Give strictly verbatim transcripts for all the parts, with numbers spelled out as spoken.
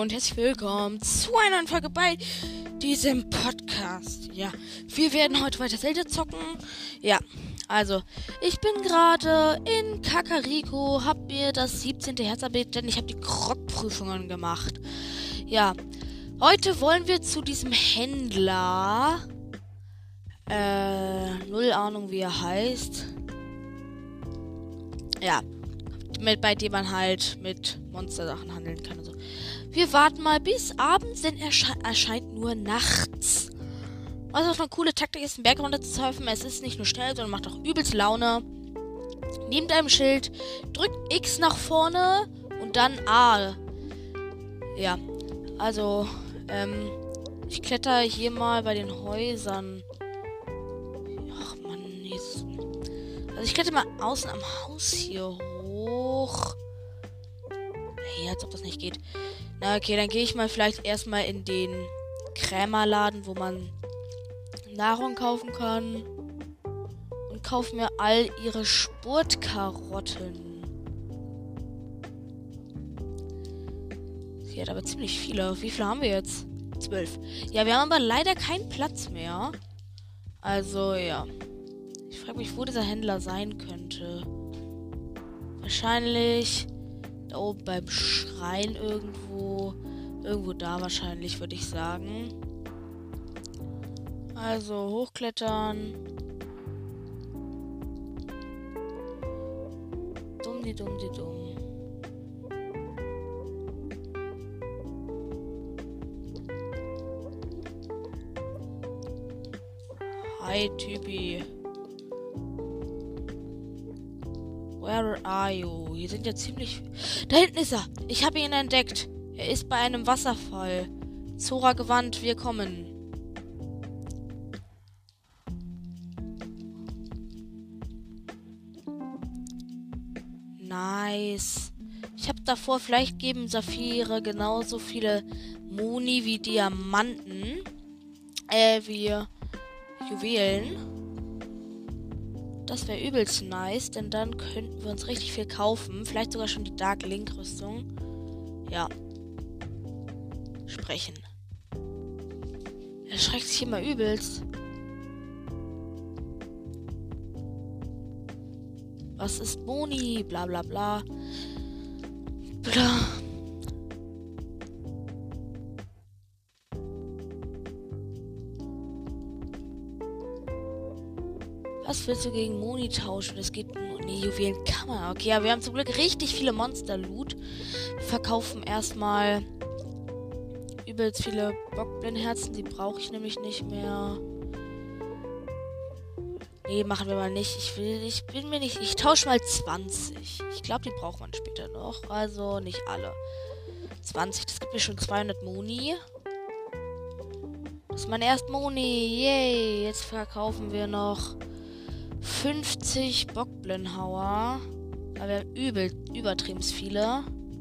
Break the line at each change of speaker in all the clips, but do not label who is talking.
und herzlich willkommen zu einer neuen Folge bei diesem Podcast. Ja, wir werden heute weiter Zelda zocken. Ja, also, ich bin gerade in Kakariko, hab mir das siebzehnte Herz erbeten, denn ich habe die Grog-Prüfungen gemacht. Ja, heute wollen wir zu diesem Händler, äh, null Ahnung wie er heißt. Ja, mit, bei dem man halt mit Monstersachen handeln kann und so. Wir warten mal bis abends, denn er ersche- erscheint nur nachts. Was auch eine coole Taktik ist, den Berg runter zu surfen. Es ist nicht nur schnell, sondern macht auch übelst Laune. Nehmt einem Schild, drückt X nach vorne und dann A. Ja, also, ähm, ich kletter hier mal bei den Häusern. Ach Mann, jetzt. Also ich kletter mal außen am Haus hier hoch. Hey, als ob das nicht geht. Na okay, dann gehe ich mal vielleicht erstmal in den Krämerladen, wo man Nahrung kaufen kann. Und kaufe mir all ihre Spurtkarotten. Sie hat aber ziemlich viele. Wie viele haben wir jetzt? Zwölf. Ja, wir haben aber leider keinen Platz mehr. Also, ja. Ich frage mich, wo dieser Händler sein könnte. Wahrscheinlich da oben beim Schrein irgendwo. Irgendwo da wahrscheinlich, würde ich sagen. Also hochklettern. Dumm, die dumm, die dumm. Hi, Typi. Where are you? Hier sind ja ziemlich... Da hinten ist er. Ich habe ihn entdeckt. Er ist bei einem Wasserfall. Zora gewandt, wir kommen. Nice. Ich habe davor, vielleicht geben Saphire genauso viele Moni wie Diamanten. Äh, wie Juwelen. Das wäre übelst nice, denn dann könnten wir uns richtig viel kaufen. Vielleicht sogar schon die Dark Link Rüstung. Ja. Sprechen. Er schreckt sich immer übelst. Was ist Moni? Bla bla bla. Bla. Was willst du gegen Moni tauschen? Es geht nur... Nee, Juwelen kann man. Okay, aber wir haben zum Glück richtig viele Monster-Loot. Wir verkaufen erstmal übelst viele Bockblindherzen. Die brauche ich nämlich nicht mehr. Nee, machen wir mal nicht. Ich will... Ich bin mir nicht... Ich tausche mal zwanzig. Ich glaube, die braucht man später noch. Also nicht alle. zwanzig. Das gibt mir schon zweihundert Moni. Das ist mein erst Moni. Yay. Jetzt verkaufen wir noch fünfzig Bockblindhauer. Da wären übel, übertrieben viele.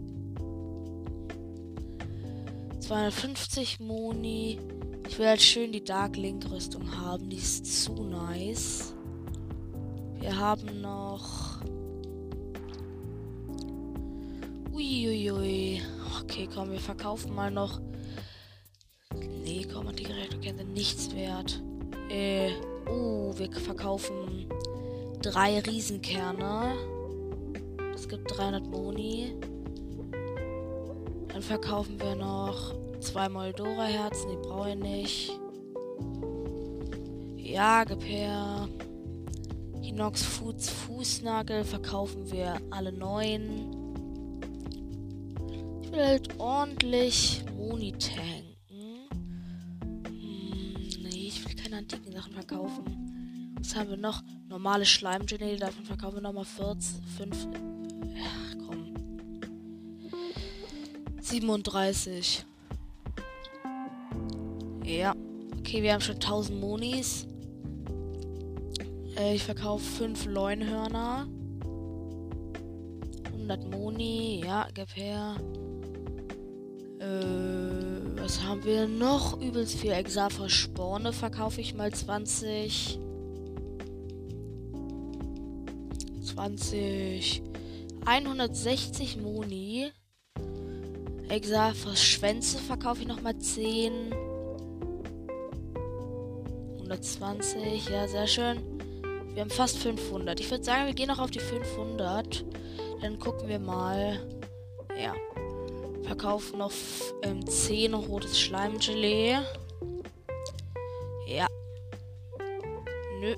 zweihundertfünfzig Moni. Ich will halt schön die Dark Link Rüstung haben. Die ist zu nice. Wir haben noch... Uiuiui. Okay, komm, wir verkaufen mal noch... Nee, komm, die Geräte sind nichts wert. Äh... Oh, wir verkaufen drei Riesenkerne. Das gibt dreihundert Moni. Dann verkaufen wir noch zwei Moldora-Herzen, die brauche ich nicht. Ja, gib her. Hinox Foods Fußnagel verkaufen wir alle neun. Ich will halt ordentlich Moni tanken. Antiken Sachen verkaufen. Was haben wir noch? Normale Schleimgenie, davon verkaufen wir nochmal vierzig, fünf. Ach komm. siebenunddreißig. Ja. Okay, wir haben schon tausend Monis. Äh, ich verkaufe fünf Leunhörner. hundert Moni. Ja, gib her. Äh. Was haben wir noch? Übelst viel Exafer-Sporne verkaufe ich mal zwanzig. zwanzig. hundertsechzig Moni. Exafos-Schwänze verkaufe ich nochmal zehn. hundertzwanzig, ja, sehr schön. Wir haben fast fünfhundert. Ich würde sagen, wir gehen noch auf die fünfhundert. Dann gucken wir mal. Ja. Verkaufen noch ähm, zehn rotes Schleimgelee. Ja. Nö.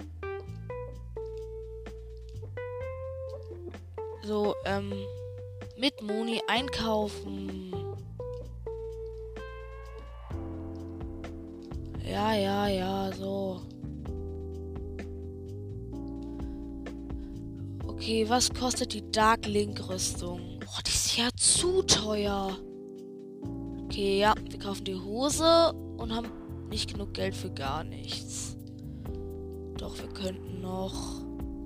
So, ähm, mit Moni einkaufen. Ja, ja, ja, so. Okay, was kostet die Dark Link Rüstung? Oh, die ist ja zu teuer. Okay, ja, wir kaufen die Hose und haben nicht genug Geld für gar nichts. Doch, wir könnten noch...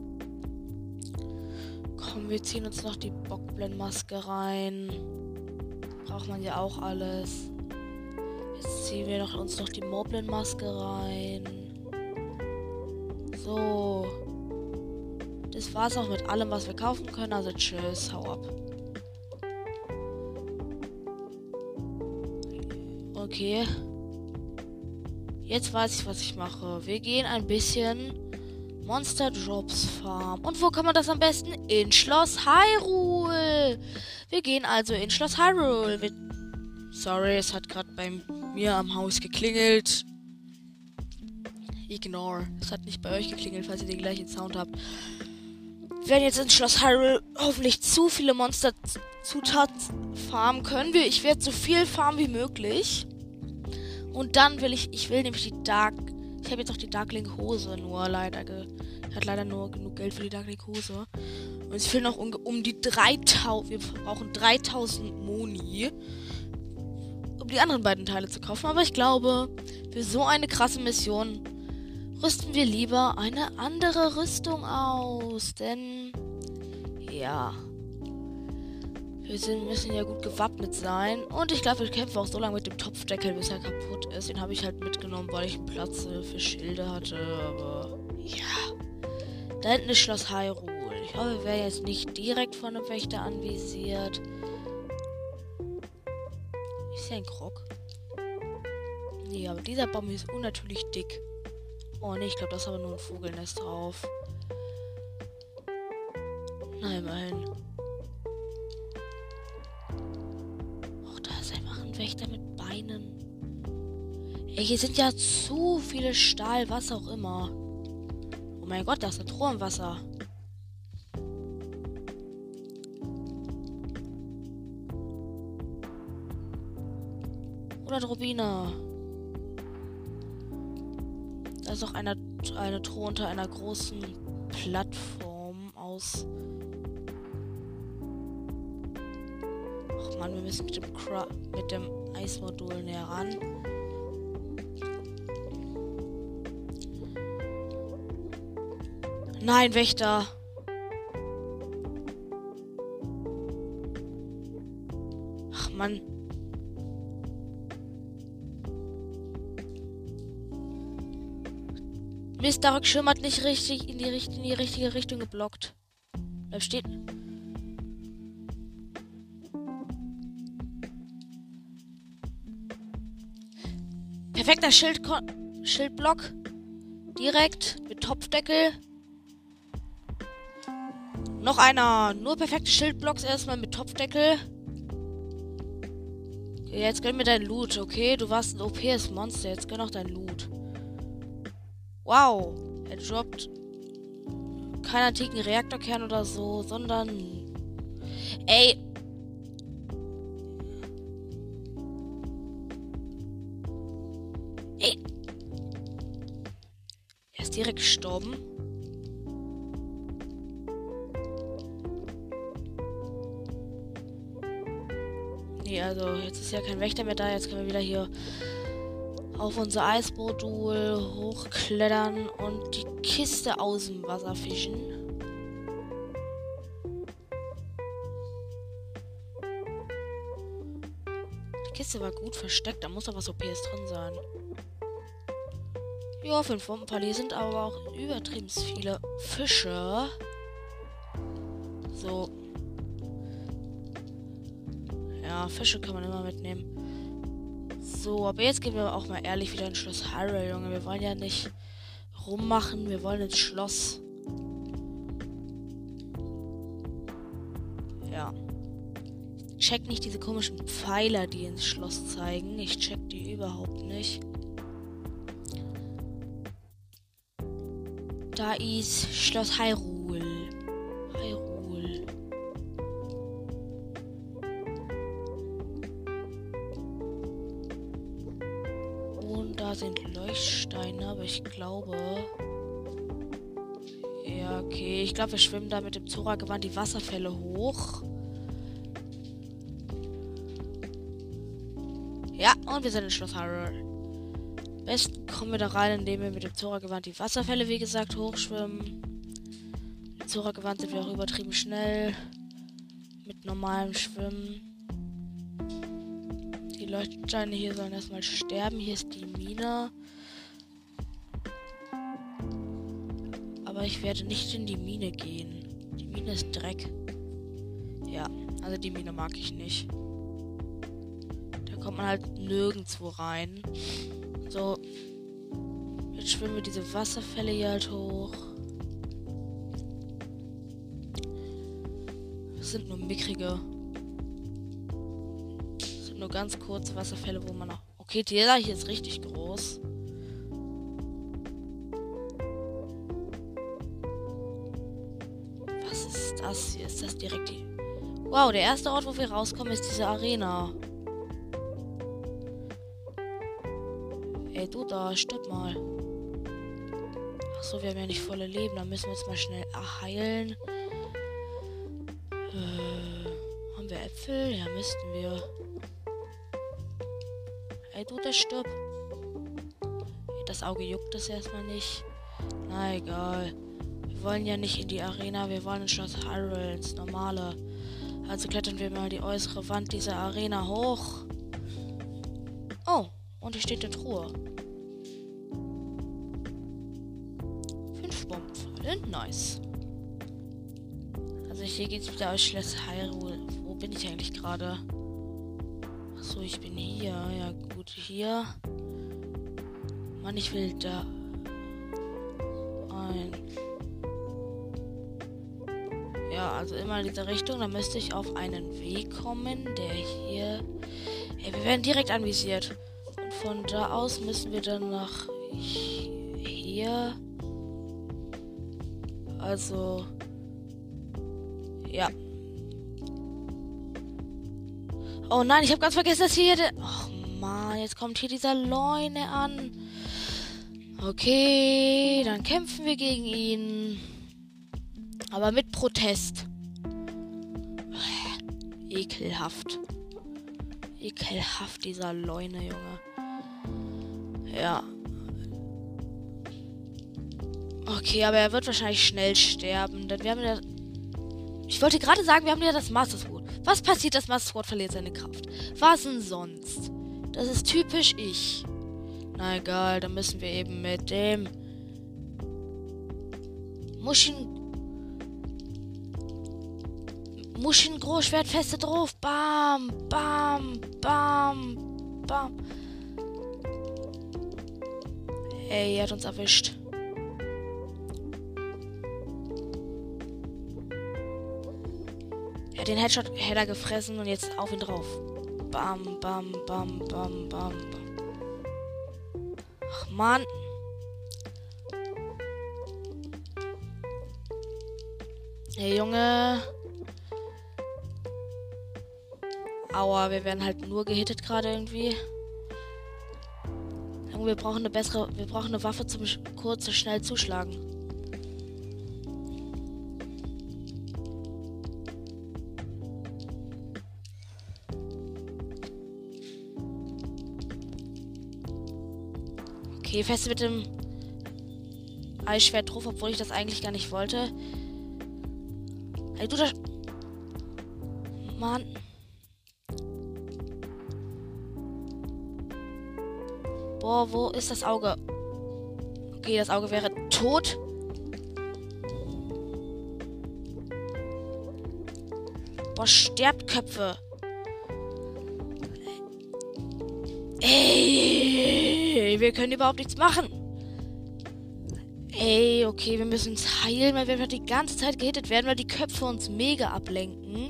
Komm, wir ziehen uns noch die Bockblendmaske rein. Braucht man ja auch alles. Jetzt ziehen wir noch, uns noch die Moblin-Maske rein. So. Das war's auch mit allem, was wir kaufen können. Also tschüss, hau ab. Okay. Jetzt weiß ich, was ich mache. Wir gehen ein bisschen Monster Drops Farm. Und wo kann man das am besten? In Schloss Hyrule. Wir gehen also in Schloss Hyrule. Wir Sorry, es hat gerade bei mir am Haus geklingelt. Ignore. Es hat nicht bei euch geklingelt, falls ihr den gleichen Sound habt. Wir werden jetzt in Schloss Hyrule hoffentlich zu viele Monster-Zutaten farmen können. Wir, ich werde so viel farmen wie möglich. Und dann will ich, ich will nämlich die Dark, ich habe jetzt auch die Darklink Hose nur leider, ge, ich hatte leider nur genug Geld für die Darklink Hose. Und es fehlen noch um, um die dreitausend, wir brauchen dreitausend Moni, um die anderen beiden Teile zu kaufen. Aber ich glaube, für so eine krasse Mission rüsten wir lieber eine andere Rüstung aus. Denn, ja, wir sind, müssen ja gut gewappnet sein. Und ich glaube, wir kämpfen auch so lange mit dem Topfdeckel, bis er kaputt ist. Den habe ich halt mitgenommen, weil ich einen Platz für Schilde hatte. Aber, ja. Da hinten ist Schloss Hyrule. Ich hoffe, wir werden jetzt nicht direkt von einem Wächter anvisiert. Ist ja ein Krog. Nee, aber dieser Baum ist unnatürlich dick. Oh nee, ich glaube, das ist aber nur ein Vogelnest drauf. Na, immerhin. Oh, da ist einfach ein Wächter mit Beinen. Ey, hier sind ja zu viele Stahl, was auch immer. Oh mein Gott, da ist eine Truhe im Wasser. Oder Rubine. Da ist auch eine, eine Truhe unter einer großen Plattform aus. Ach man, wir müssen mit dem, Cra mit dem Eismodul näher ran. Nein, Wächter. Ach Mann. Mist, Dark Schirm hat nicht richtig in die, in die richtige Richtung geblockt. Bleib stehen. Perfekter Schild Schildblock. Direkt mit Topfdeckel. Noch einer. Nur perfekte Schildblocks erstmal mit Topfdeckel. Okay, jetzt gönn mir dein Loot, okay? Du warst ein O Pes Monster. Jetzt gönn auch dein Loot. Wow, er droppt keinen antiken Reaktorkern oder so, sondern... Ey! Ey! Er ist direkt gestorben. Nee, also jetzt ist ja kein Wächter mehr da, jetzt können wir wieder hier auf unser Eismodul hochklettern und die Kiste aus dem Wasser fischen. Die Kiste war gut versteckt, da muss noch was O Ps drin sein. Ja, fünf Bombenpalier sind aber auch übertrieben viele Fische. So. Ja, Fische kann man immer mitnehmen. So, aber jetzt gehen wir auch mal ehrlich wieder ins Schloss Hyrule, Junge. Wir wollen ja nicht rummachen, wir wollen ins Schloss. Ja. Ich check nicht diese komischen Pfeiler, die ins Schloss zeigen. Ich check die überhaupt nicht. Da ist Schloss Hyrule. Hyrule. Und da sind Leuchtsteine, aber ich glaube... Ja, okay. Ich glaube, wir schwimmen da mit dem Zora-Gewand die Wasserfälle hoch. Ja, und wir sind in Schloss Hyrule. Am besten kommen wir da rein, indem wir mit dem Zora-Gewand die Wasserfälle, wie gesagt, hochschwimmen. Mit dem Zora-Gewand sind wir auch übertrieben schnell. Mit normalem Schwimmen. Die Leuchtsteine hier sollen erstmal sterben. Hier ist die Mine. Aber ich werde nicht in die Mine gehen. Die Mine ist Dreck. Ja, also die Mine mag ich nicht. Da kommt man halt nirgendwo rein. So. Jetzt schwimmen wir diese Wasserfälle hier halt hoch. Das sind nur mickrige. Das sind nur ganz kurze Wasserfälle, wo man auch... Okay, der hier ist richtig groß. Was ist das hier? Ist das direkt die... Wow, der erste Ort, wo wir rauskommen, ist diese Arena. Ey, du da, stirb mal. Achso, wir haben ja nicht volle Leben. Da müssen wir uns mal schnell heilen. Äh, haben wir Äpfel? Ja, müssten wir. Ey, du, der stirb. Das Auge juckt das erstmal nicht. Na, egal. Wir wollen ja nicht in die Arena. Wir wollen in Schloss Hyrule, ins Normale. Also klettern wir mal die äußere Wand dieser Arena hoch. Oh, und hier steht eine Truhe. Fünf Bombenpfeile. Nice. Also hier geht's wieder aus Schloss Hyrule. Wo bin ich eigentlich gerade? Achso, ich bin hier. Ja gut, hier. Mann, ich will da ein. Ja, also immer in dieser Richtung. Da müsste ich auf einen Weg kommen, der hier... Ey, wir werden direkt anvisiert. Und von da aus müssen wir dann nach hier. Also... Ja. Oh nein, ich habe ganz vergessen, dass hier... Der... Oh Mann, jetzt kommt hier dieser Leune an. Okay, dann kämpfen wir gegen ihn. Aber mit Protest. Ekelhaft. Ekelhaft, dieser Leune, Junge. Ja. Okay, aber er wird wahrscheinlich schnell sterben. Denn wir haben ja... Ich wollte gerade sagen, wir haben ja das Master Sword. Was passiert? Das Master Sword verliert seine Kraft. Was denn sonst? Das ist typisch ich. Na egal, dann müssen wir eben mit dem... Mushin... Mushin Großschwert feste drauf. Bam, bam, bam, bam. Ey, er hat uns erwischt. Er hat den Headshot Header gefressen und jetzt auf ihn drauf. Bam, bam, bam, bam, bam, bam. Ach, Mann. Hey, Junge. Aua, wir werden halt nur gehittet gerade irgendwie. Wir brauchen eine bessere, wir brauchen eine Waffe zum kurz und schnell zuschlagen. Okay, fest mit dem Eisschwert drauf, obwohl ich das eigentlich gar nicht wollte. Ey, du da... Mann. Boah, wo ist das Auge? Okay, das Auge wäre tot. Boah, sterbt Köpfe. Ey, wir können überhaupt nichts machen. Ey, okay, wir müssen uns heilen, weil wir die ganze Zeit gehittet werden, weil die Köpfe uns mega ablenken.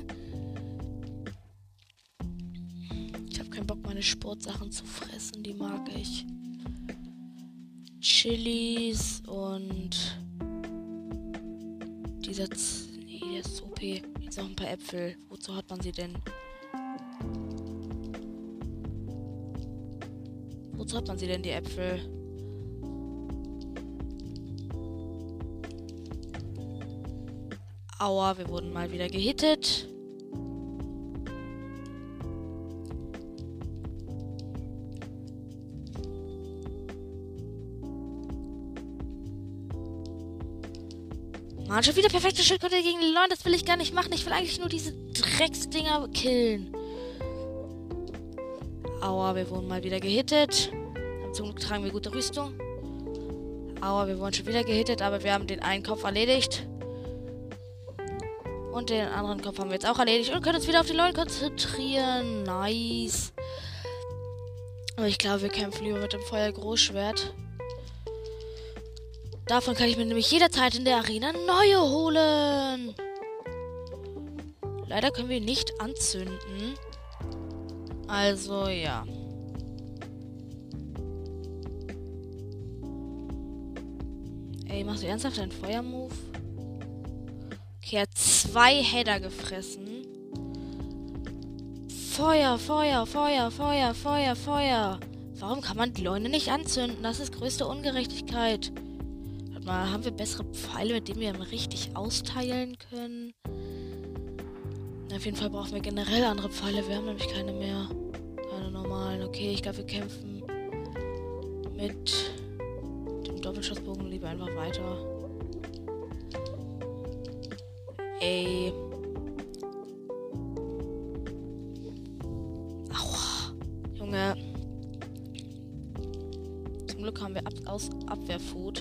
Ich habe keinen Bock, meine Sportsachen zu fressen, die mag ich. Chilis und dieser... Z nee, der ist O P. Jetzt noch ein paar Äpfel. Wozu hat man sie denn? Wozu hat man sie denn, die Äpfel? Aua, wir wurden mal wieder gehittet. Mann, schon wieder perfekte Schildkröte gegen Leon. Das will ich gar nicht machen. Ich will eigentlich nur diese Drecksdinger killen. Aua, wir wurden mal wieder gehittet. Zum Glück tragen wir gute Rüstung. Aua, wir wurden schon wieder gehittet, aber wir haben den einen Kopf erledigt. Und den anderen Kopf haben wir jetzt auch erledigt und können uns wieder auf die Leute konzentrieren. Nice. Aber ich glaube, wir kämpfen lieber mit dem Feuer-Großschwert. Davon kann ich mir nämlich jederzeit in der Arena neue holen. Leider können wir ihn nicht anzünden. Also, ja. Ey, machst du ernsthaft einen Feuermove? Okay, er hat zwei Header gefressen. Feuer, Feuer, Feuer, Feuer, Feuer, Feuer. Warum kann man die Leute nicht anzünden? Das ist größte Ungerechtigkeit. Warte mal, haben wir bessere Pfeile, mit denen wir ihn richtig austeilen können? Auf jeden Fall brauchen wir generell andere Pfeile. Wir haben nämlich keine mehr. Keine normalen. Okay, ich glaube, wir kämpfen mit dem Doppelschussbogen lieber einfach weiter. Ey. Aua. Junge. Zum Glück haben wir Ab aus Abwehrfood.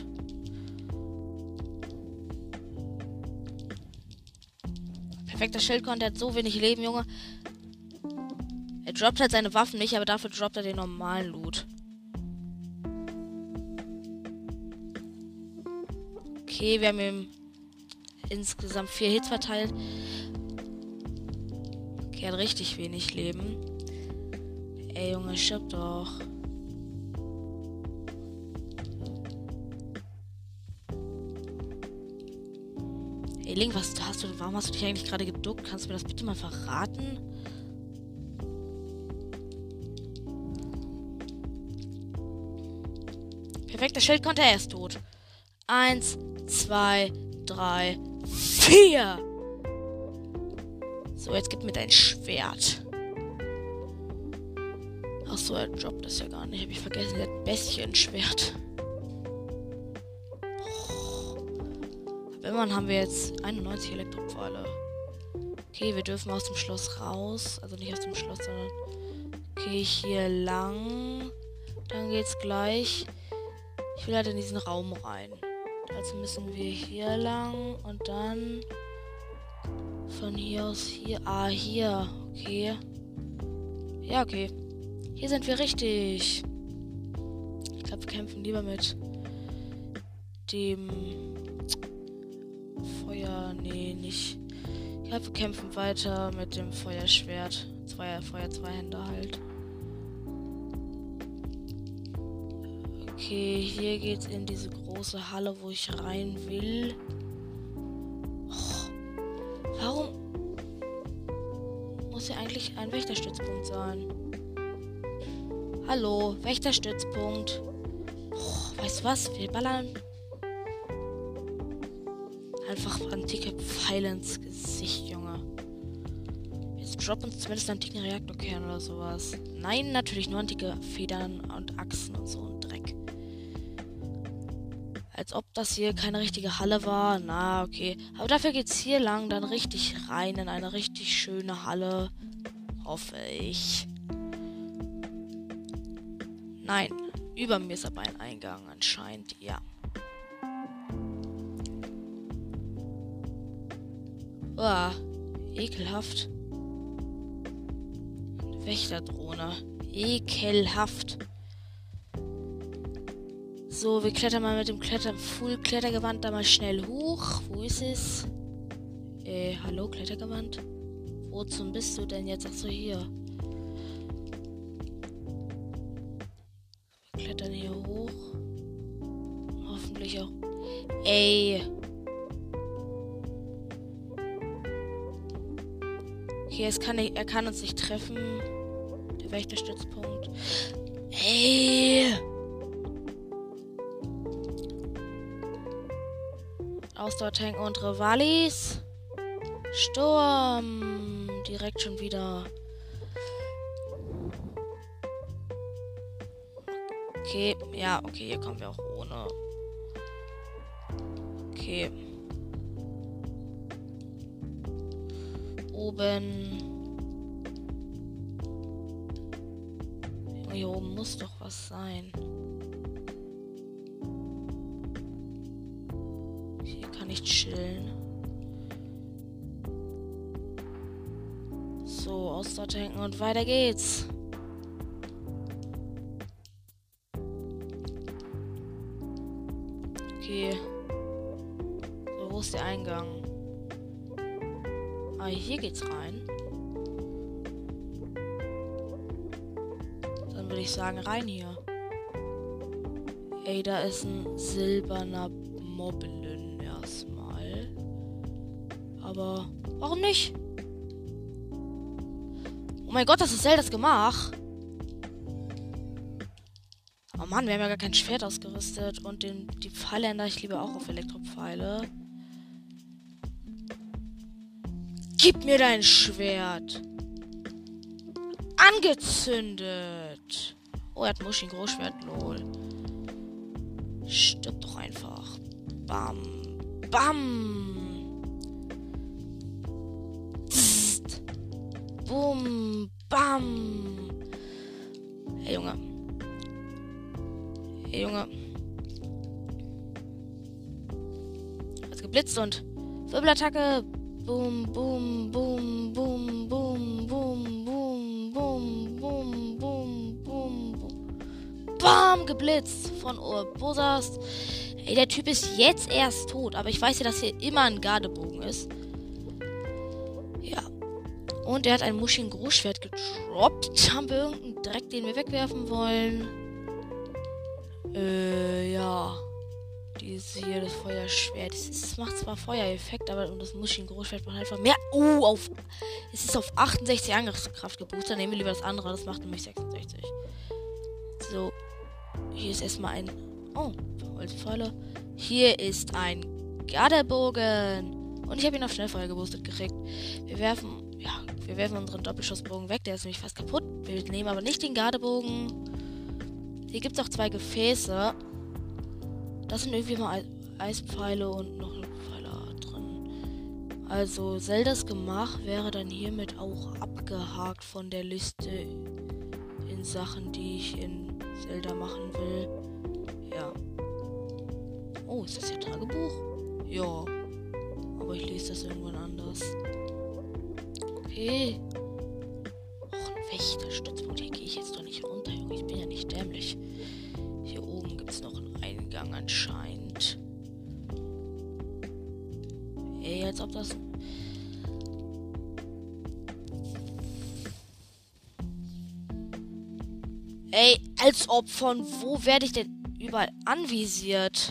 Perfekter Schildkröte, der hat so wenig Leben, Junge. Er droppt halt seine Waffen nicht, aber dafür droppt er den normalen Loot. Okay, wir haben ihm insgesamt vier Hits verteilt. Okay, er hat richtig wenig Leben. Ey, Junge, stirb doch. Ey, Link, was hast du, warum hast du dich eigentlich gerade geduckt? Kannst du mir das bitte mal verraten? Perfekter Schildkonter, er ist tot. Eins, zwei, drei, vier. So, jetzt gib mir dein Schwert. Achso, er droppt das ja gar nicht. Hab ich vergessen, er hat Bäschenschwert. Immerhin haben wir jetzt einundneunzig Elektropfeile. Okay, wir dürfen aus dem Schloss raus. Also nicht aus dem Schloss, sondern... Okay, hier lang. Dann geht's gleich. Ich will halt in diesen Raum rein. Also müssen wir hier lang und dann... Von hier aus hier... Ah, hier. Okay. Ja, okay. Hier sind wir richtig. Ich glaube, wir kämpfen lieber mit dem... Feuer, nee, nicht. Ich glaube, wir kämpfen weiter mit dem Feuerschwert. Zwei, Feuer, zwei Hände halt. Okay, hier geht's in diese große Halle, wo ich rein will. Oh, warum muss hier eigentlich ein Wächterstützpunkt sein? Hallo, Wächterstützpunkt. Oh, weißt du was? Wir ballern einfach antike Pfeile ins Gesicht, Junge. Jetzt droppt uns zumindest einen antiken Reaktorkern oder sowas. Nein, natürlich nur antike Federn und Achsen und so ein Dreck. Als ob das hier keine richtige Halle war. Na, okay. Aber dafür geht's hier lang dann richtig rein in eine richtig schöne Halle. Hoffe ich. Nein, über mir ist aber ein Eingang anscheinend, ja. Uah, ekelhaft. Wächterdrohne. Ekelhaft. So, wir klettern mal mit dem Kletter Full-Klettergewand da mal schnell hoch. Wo ist es? Äh, hallo, Klettergewand? Wozu bist du denn jetzt? Ach so, hier. Wir klettern hier hoch. Hoffentlich auch. Ey. Okay, es kann nicht, er kann uns nicht treffen. Der Wächterstützpunkt. Ey. Ausdauertank und Rivalis. Sturm. Direkt schon wieder. Okay, ja, okay, hier kommen wir auch ohne. Okay. Oben. Hier oben muss doch was sein. Hier kann ich chillen. So, Ausdauertanken und weiter geht's. Okay. So, wo ist der Eingang? Ah, hier geht's rein. Dann würde ich sagen, rein hier. Ey, da ist ein silberner Moblin erstmal. Aber warum nicht? Oh mein Gott, das ist Zeldas Gemach. Oh Mann, wir haben ja gar kein Schwert ausgerüstet. Und den, die Pfeile ändere ich lieber auch auf Elektropfeile. Gib mir dein Schwert. Angezündet. Oh, er hat Muschi Großschwert, lol. Stirb doch einfach. Bam. Bam. Psst. Bum. Bam. Hey, Junge. Hey, Junge. Hat's geblitzt und Wirbelattacke. Bum, bum, bum, bum, bum, bum, bum, bum, bum, bum, bum. Bam, geblitzt von Urbosast. Ey, der Typ ist jetzt erst tot, aber ich weiß ja, dass hier immer ein Gardebogen ist. Ja. Und er hat ein Muschi Großschwert gedroppt. Haben wir irgendeinen Dreck, den wir wegwerfen wollen? Äh, ja. Dieses hier, das Feuerschwert. Es, ist, es macht zwar Feuereffekt, aber das Muschi Großschwert macht einfach mehr. Oh, auf. Es ist auf achtundsechzig Angriffskraft geboostert. Nehmen wir lieber das andere. Das macht nämlich sechsundsechzig. So. Hier ist erstmal ein. Oh, Holzpfeile. Hier ist ein Gardebogen. Und ich habe ihn auf Schnellfeuer geboostet gekriegt. Wir werfen. Ja, wir werfen unseren Doppelschussbogen weg. Der ist nämlich fast kaputt. Wir nehmen aber nicht den Gardebogen. Hier gibt es auch zwei Gefäße. Das sind irgendwie mal Eispfeile und noch ein Pfeiler drin. Also Zeldas Gemach wäre dann hiermit auch abgehakt von der Liste in Sachen, die ich in Zelda machen will. Ja. Oh, ist das hier Tagebuch? Ja. Aber ich lese das irgendwann anders. Okay. Och, ein Wächterstützpunkt. Hier gehe ich jetzt doch nicht runter, Junge. Ich bin ja nicht dämlich. Hier oben gibt es noch einen Eingang anscheinend. Ey, als ob das... Ey, als ob von wo werde ich denn überall anvisiert?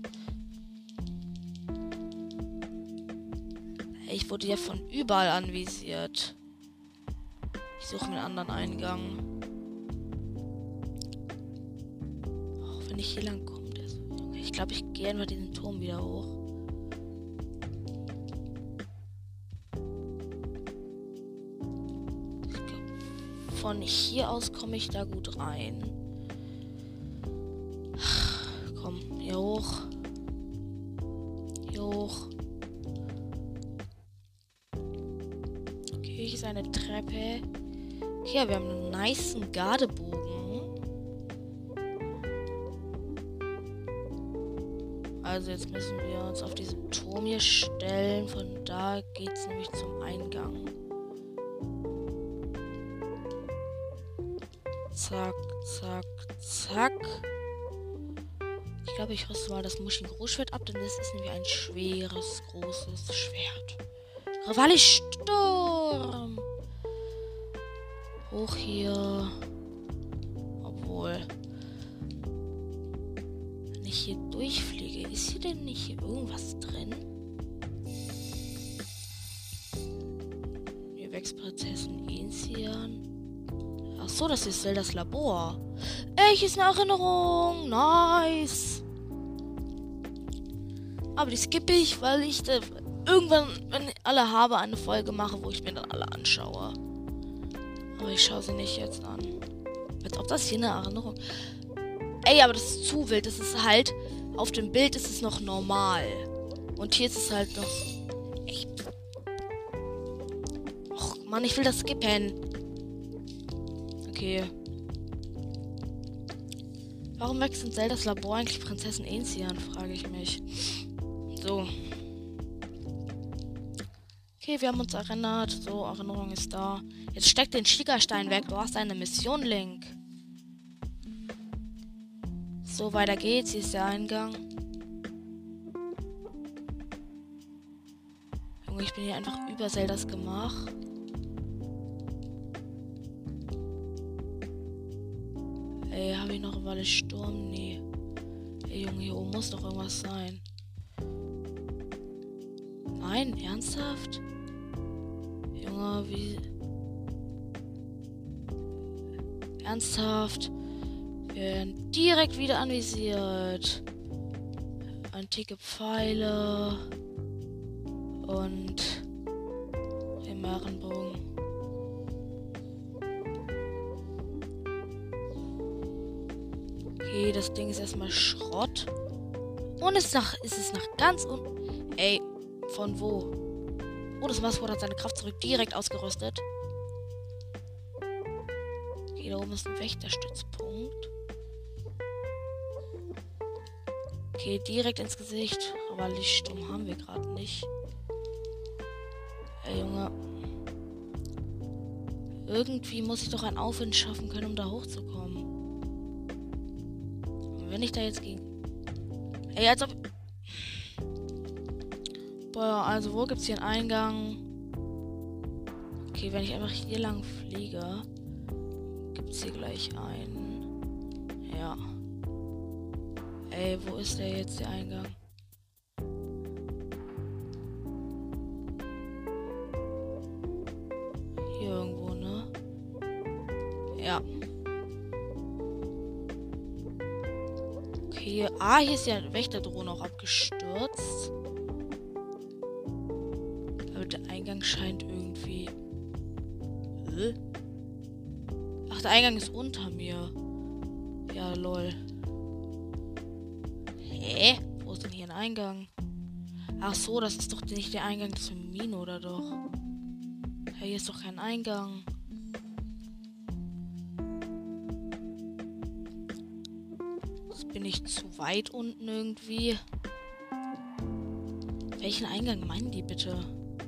Ey, ich wurde ja von überall anvisiert. Ich suche mir einen anderen Eingang. Auch wenn ich hier lang komme, der so, ich glaube, ich gehe einfach diesen Turm wieder hoch. Ich glaub, von hier aus komme ich da gut rein. Komm, hier hoch. Hier hoch. Okay, hier ist eine Treppe. Okay, wir haben einen nicen Gardebogen. Also jetzt müssen wir uns auf diesen Turm hier stellen. Von da geht es nämlich zum Eingang. Zack, zack, zack. Ich glaube, ich rüste mal das Muscheln-Großschwert ab, denn das ist nämlich ein schweres, großes Schwert. Rivali-Sturm! Hoch hier. Obwohl. Wenn ich hier durchfliege, ist hier denn nicht hier irgendwas drin? Hier wächst Prinzessin Enzian. Ach so, das ist Zeldas Labor. Ey, hier ist eine Erinnerung. Nice. Aber die skippe ich, weil ich äh, irgendwann, wenn ich alle habe, eine Folge mache, wo ich mir dann alle anschaue. Aber ich schaue sie nicht jetzt an. Als ob das hier eine Erinnerung... Ey, aber das ist zu wild. Das ist halt... Auf dem Bild ist es noch normal. Und hier ist es halt noch... Echt. Och, Mann, ich will das skippen. Okay. Warum wächst in Zeldas Labor eigentlich Prinzessin Enzian, frage ich mich. So. Okay, wir haben uns erinnert. So, Erinnerung ist da. Jetzt steck den Schiegerstein weg. Du hast eine Mission, Link. So, weiter geht's. Hier ist der Eingang. Junge, ich bin hier einfach über Zeldas Gemach. Ey, habe ich noch Rivali-Sturm? Nee. Ey, Junge, hier oben muss doch irgendwas sein. Nein, ernsthaft? Junge, wie... Ernsthaft? Wir werden direkt wieder anvisiert. Antike Pfeile. Und... den Meerenbogen. Okay, das Ding ist erstmal Schrott. Und es ist, nach, ist es nach ganz unten. Ey, von wo? Oh, das Maskott hat seine Kraft zurück direkt ausgerüstet. Okay, da oben ist ein Wächterstützpunkt. Okay, direkt ins Gesicht. Aber Lichtsturm haben wir gerade nicht. Ey, Junge. Irgendwie muss ich doch einen Aufwind schaffen können, um da hochzukommen. Und wenn ich da jetzt gegen... Ey, als ob... Boah, also wo gibt's hier einen Eingang? Okay, wenn ich einfach hier lang fliege, gibt's hier gleich einen. Ja. Ey, wo ist der jetzt, der Eingang? Hier irgendwo, ne? Ja. Okay, ah, hier ist ja Wächterdrohne auch abgestürzt. Aber der Eingang scheint irgendwie... Hä? Ach, der Eingang ist unter mir. Ja, lol. Hä? Wo ist denn hier ein Eingang? Ach so, das ist doch nicht der Eingang zur Mine, oder doch? Hey, hier ist doch kein Eingang. Jetzt bin ich zu weit unten irgendwie. Welchen Eingang meinen die bitte?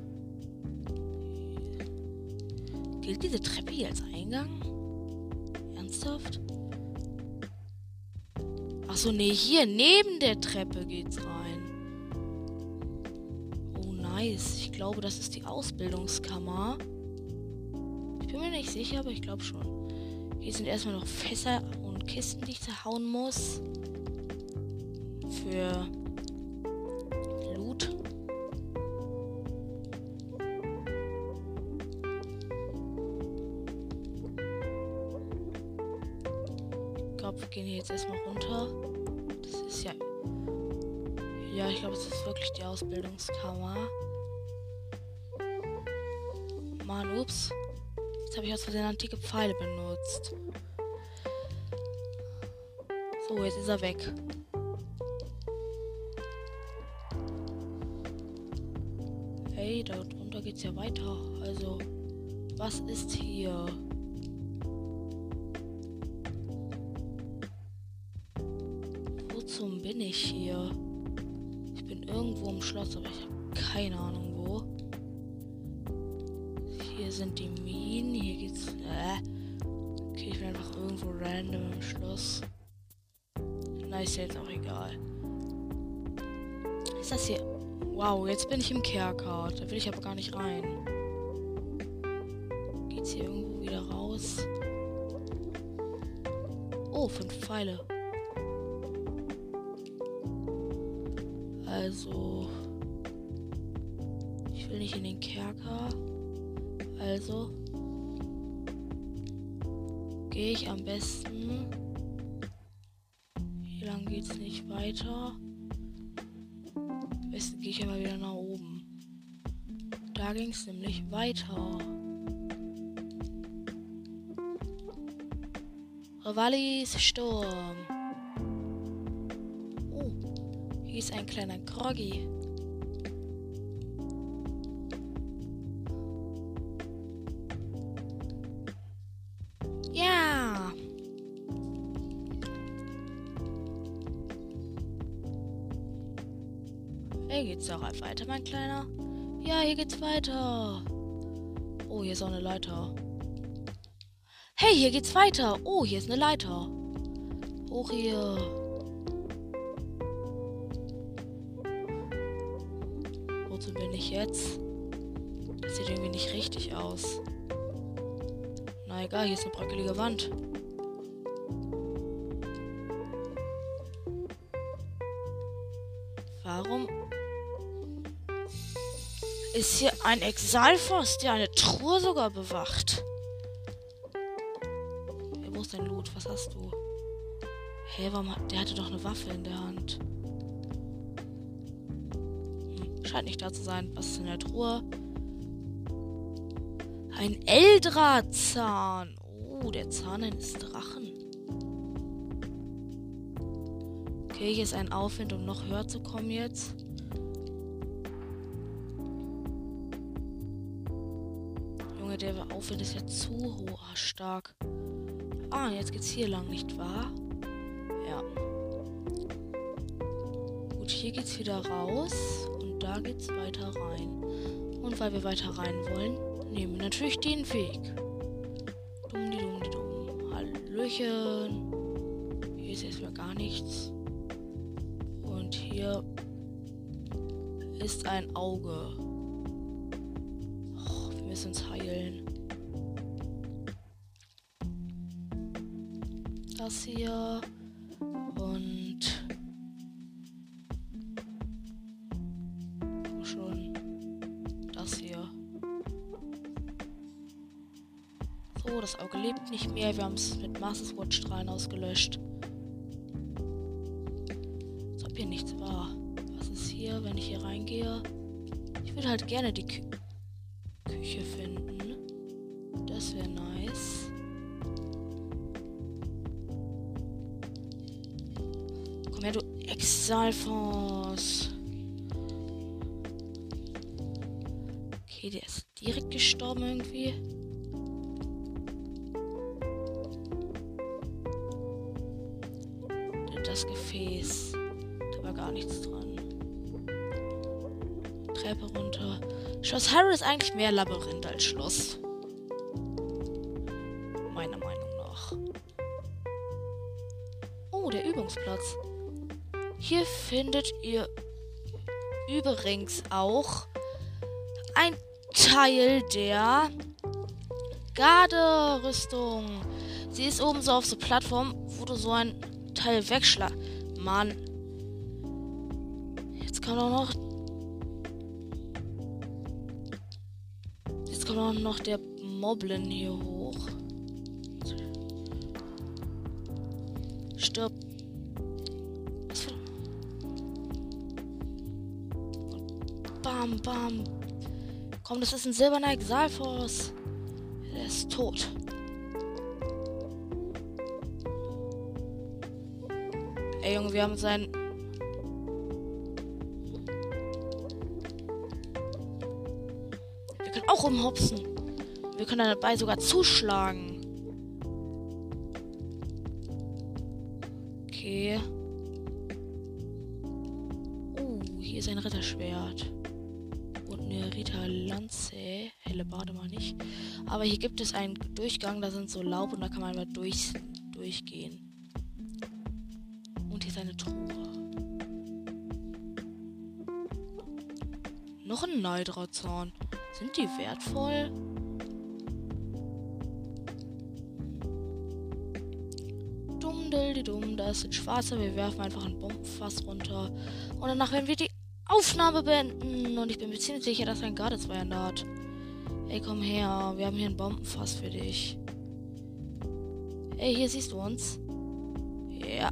Gilt diese Treppe hier als Eingang? Ernsthaft? Achso, nee, hier neben der Treppe geht's rein. Oh, nice. Ich glaube, das ist die Ausbildungskammer. Ich bin mir nicht sicher, aber ich glaube schon. Hier sind erstmal noch Fässer und Kisten, die ich zerhauen muss. Für Loot. Ich glaube, wir gehen hier jetzt erstmal runter. Das ist ja... Ja, ich glaube, es ist wirklich die Ausbildungskammer. Mann, ups. Jetzt habe ich aus Versehen antike Pfeile benutzt. So, jetzt ist er weg. Hey, da drunter geht's ja weiter. Also, was ist hier? Wozu bin ich hier? Ich bin irgendwo im Schloss, aber ich habe keine Ahnung wo. Hier sind die Minen, hier geht's... Äh, Okay, ich bin einfach irgendwo random im Schloss. Na, ist ja jetzt auch egal. Ist das hier... Wow, jetzt bin ich im Kerker. Da will ich aber gar nicht rein. Geht's hier irgendwo wieder raus? Oh, fünf Pfeile. Also... Ich will nicht in den Kerker. Also... Gehe ich am besten... Hier lang geht's nicht weiter. Am besten gehe ich aber wieder nach oben. Da ging es nämlich weiter. Revalis Sturm. Oh, hier ist ein kleiner Groggy. Ja. Hier geht's auch weiter, mein Kleiner. Ja, hier geht's weiter. Oh, hier ist auch eine Leiter. Hey, hier geht's weiter. Oh, hier ist eine Leiter. Hoch hier. Wozu bin ich jetzt? Das sieht irgendwie nicht richtig aus. Na egal, hier ist eine bröckelige Wand. Warum ist hier ein Exalfos, der eine Truhe sogar bewacht? Hey, wo ist dein Loot? Was hast du? Hä, hey, warum hat... Der hatte doch eine Waffe in der Hand. Hm, scheint nicht da zu sein. Was ist in der Truhe? Ein Eldrad-Zahn. Oh, der Zahn eines Drachen. Okay, hier ist ein Aufwind, um noch höher zu kommen jetzt. Junge, der Aufwind ist ja zu hoch, stark. Ah, jetzt geht's hier lang, nicht wahr? Ja. Gut, hier geht's wieder raus. Und da geht's weiter rein. Und weil wir weiter rein wollen, nehmen wir natürlich den Weg. Dumm, die dumm, die dumm. Hallöchen. Hier ist erstmal gar nichts. Und hier ist ein Auge. Oh, wir müssen uns heilen. Das hier. Und... Wo schon? Das hier. So, das Auge lebt nicht mehr. Wir haben es mit Master Sword Strahlen ausgelöscht. Als ob hier nichts war. Was ist hier, wenn ich hier reingehe? Ich würde halt gerne die Kü Küche finden. Das wäre nice. Komm her, du Exalfos. Okay, der ist direkt gestorben irgendwie. Das Gefäß. Da war gar nichts dran. Treppe runter. Schloss Hyrule ist eigentlich mehr Labyrinth als Schloss. Meiner Meinung nach. Oh, der Übungsplatz. Hier findet ihr übrigens auch ein Teil der Garderüstung. Sie ist oben so auf so Plattform, wo du so ein Teil wegschlag. Mann. Jetzt kommt auch noch. Jetzt kommt auch noch der Moblin hier hoch. Stirb. Was für... Und bam, bam. Komm, das ist ein silberner Exalfos. Der ist tot. Ey, Junge, wir haben seinen... Wir können auch rumhopsen. Wir können dabei sogar zuschlagen. Okay. Uh, hier ist ein Ritterschwert. Und Nerita Lanze. Hellebarde mal nicht. Aber hier gibt es einen Durchgang, da sind so Laub und da kann man mal durch, durchgehen. Und hier ist eine Truhe. Noch ein Neidra-Zahn. Sind die wertvoll? Dumm, dildi dumm, da ist ein Schwarzer. Wir werfen einfach ein Bombenfass runter. Und danach werden wir die Aufnahme beenden. Und ich bin mir ziemlich sicher, dass er ein Gardezweihänder hat. Ey, komm her. Wir haben hier ein Bombenfass für dich. Ey, hier siehst du uns. Ja.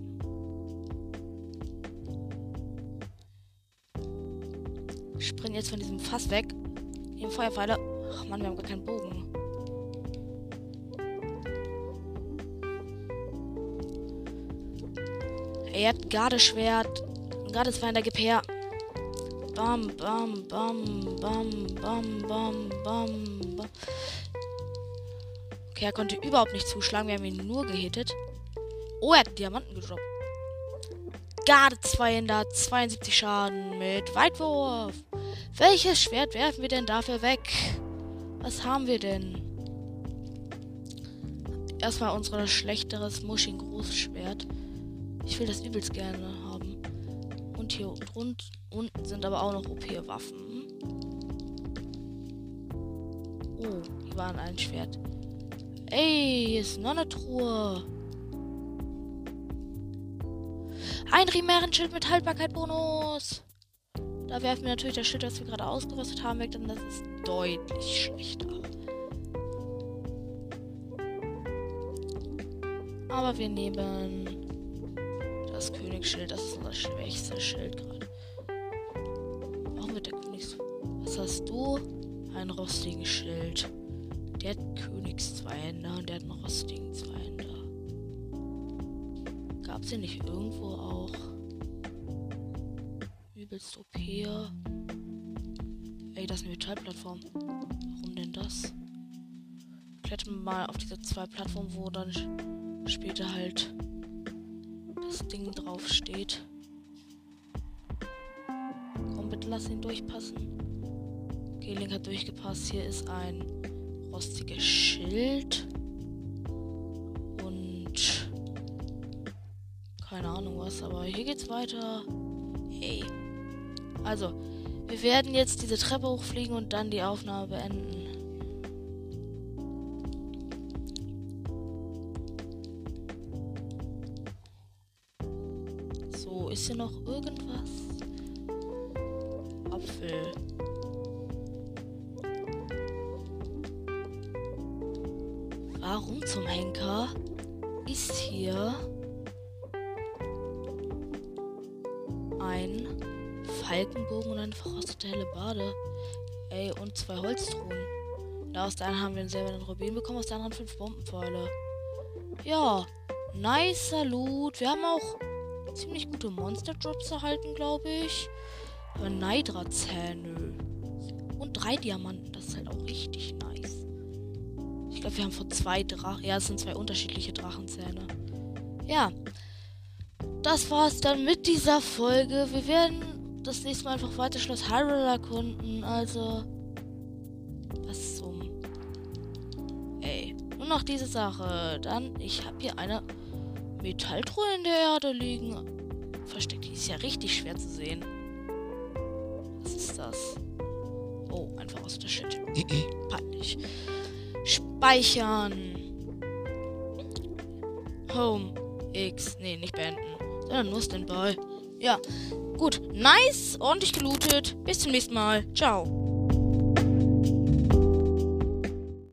Springen jetzt von diesem Fass weg. Nehmen Feuerpfeile. Ach Mann, wir haben gar keinen Bogen. Er hat Gardeschwert. Gardezweihänder, gib her. Bam, bam, bam, bam, bam, bam, bam, bam. Okay, er konnte überhaupt nicht zuschlagen. Wir haben ihn nur gehittet. Oh, er hat Diamanten gedroppt. Gardezweihänder, zweiundsiebzig Schaden mit Weitwurf. Welches Schwert werfen wir denn dafür weg? Was haben wir denn? Erstmal unser schlechteres Musching Großschwert. Ich will das übelst gerne haben. Und hier drunten, unten sind aber auch noch O P-Waffen. Oh, hier war ein Schwert. Ey, hier ist noch eine Truhe. Ein Rimären-Schild mit Haltbarkeit-Bonus. Da werfen wir natürlich das Schild, das wir gerade ausgerüstet haben, weg, denn das ist deutlich schlechter. Aber wir nehmen das Königsschild, das ist unser schwächstes Schild gerade. Warum wird der Königs... Was hast du? Ein rostigen Schild. Der hat Königszweihänder und der hat einen rostigen Zweihänder. Gab's hier nicht irgendwo auch übelst O P? Ey, das ist eine Metallplattform. Warum denn das? Klettern wir mal auf diese zwei Plattformen, wo dann später halt das Ding drauf steht. Komm, bitte lass ihn durchpassen. Okay, Link hat durchgepasst. Hier ist ein rostiges Schild. Und keine Ahnung was, aber hier geht's weiter. Hey. Also, wir werden jetzt diese Treppe hochfliegen und dann die Aufnahme beenden. So, ist hier noch irgendwas? Apfel. Warum zum Henker ist hier ein Falkenbogen und eine verrostete Hellebarde? Ey, und zwei Holztruhen. Da aus der einen haben wir einen silbernen Rubin bekommen, aus der anderen fünf Bombenpfeile. Ja, nicer Loot. Wir haben auch ziemlich gute Monster-Drops erhalten, glaube ich. Aber Neidra-Zähne. Und drei Diamanten. Das ist halt auch richtig nice. Ich glaube, wir haben vor zwei Drachen. Ja, es sind zwei unterschiedliche Drachenzähne. Ja. Das war's dann mit dieser Folge. Wir werden das nächste Mal einfach weiter Schloss Hyrule erkunden. Also. Was zum. Ey. Nur noch diese Sache. Dann, ich habe hier eine Metalltruhe in der Erde liegen. Versteckt. Die ist ja richtig schwer zu sehen. Was ist das? Oh, einfach aus der Shit. Peinlich. Speichern. Home. X. Nee, nicht beenden. Sondern nur Standby. Ja. Gut. Nice. Ordentlich gelootet. Bis zum nächsten Mal. Ciao.